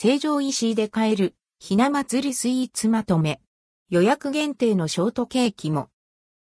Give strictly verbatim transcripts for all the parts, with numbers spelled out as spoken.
成城石井で買える、ひな祭りスイーツまとめ。予約限定のショートケーキも。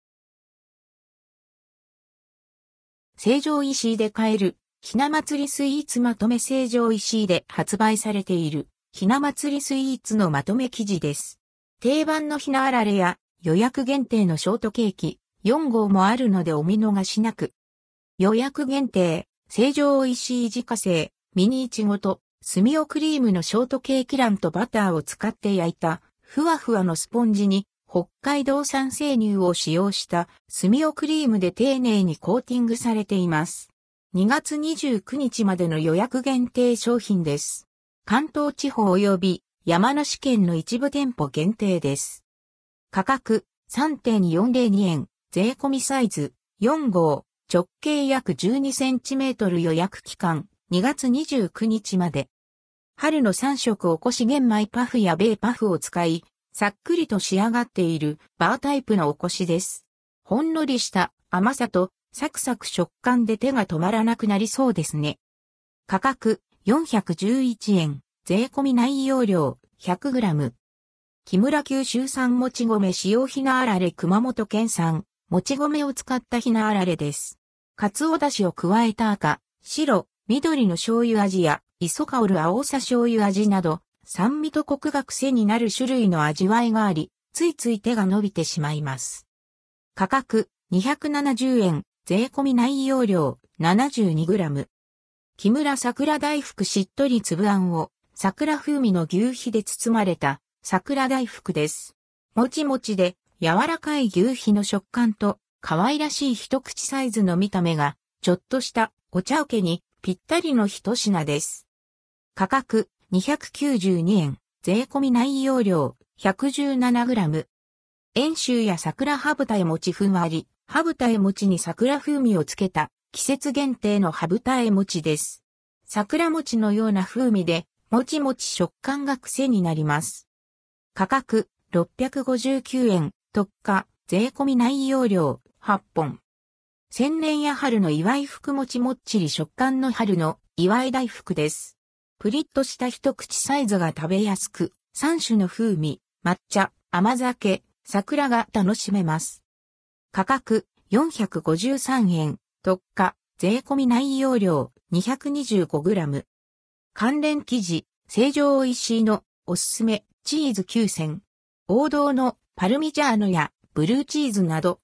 成城石井で買える、ひな祭りスイーツまとめ成城石井で発売されている、ひな祭りスイーツのまとめ生地です。定番のひなあられや予約限定のショートケーキ、よん号もあるのでお見逃しなく。予約限定、成城石井自家製、ミニイチゴと、スミオクリームのショートケーキ卵とバターを使って焼いた、ふわふわのスポンジに、北海道産生乳を使用した、スミオクリームで丁寧にコーティングされています。にがつにじゅうくにちまでの予約限定商品です。関東地方及び山梨県の一部店舗限定です。価格 さんてんよんぜろに 円、税込みサイズよん号、直径約じゅうにセンチメートル予約期間にがつにじゅうくにちまで。春のさん色おこし玄米パフや米パフを使い、さっくりと仕上がっているバータイプのおこしです。ほんのりした甘さとサクサク食感で手が止まらなくなりそうですね。価格よんひゃくじゅういちえん、税込み内容量 ひゃくグラム。木村九州産もち米使用ひなあられ熊本県産、もち米を使ったひなあられです。かつおだしを加えた赤、白、緑の醤油味や磯香る青さ醤油味など、酸味とコクが癖になる種類の味わいがあり、ついつい手が伸びてしまいます。価格にひゃくななじゅうえん、税込み内容量 ななじゅうにグラム。木村桜大福しっとり粒あんを桜風味の牛皮で包まれた桜大福です。もちもちで柔らかい牛皮の食感と可愛らしい一口サイズの見た目がちょっとしたお茶受けにぴったりの一品です。価格にひゃくきゅうじゅうにえん、税込み内容量 ひゃくじゅうななグラム。遠州や桜羽二重餅ふんわり、羽二重餅に桜風味をつけた季節限定の羽二重餅です。桜餅のような風味で、もちもち食感が癖になります。価格ろっぴゃくごじゅうきゅうえん、特価、税込み内容量はっぽん。千年や春の祝い福餅もっちり食感の春の祝い大福です。プリッとした一口サイズが食べやすく、さん種の風味、抹茶、甘酒、桜が楽しめます。価格よんひゃくごじゅうさんえん、特価、税込み内容量 にひゃくにじゅうごグラム。関連記事、成城石井のおすすめチーズきゅうせん。王道のパルミジャーノやブルーチーズなど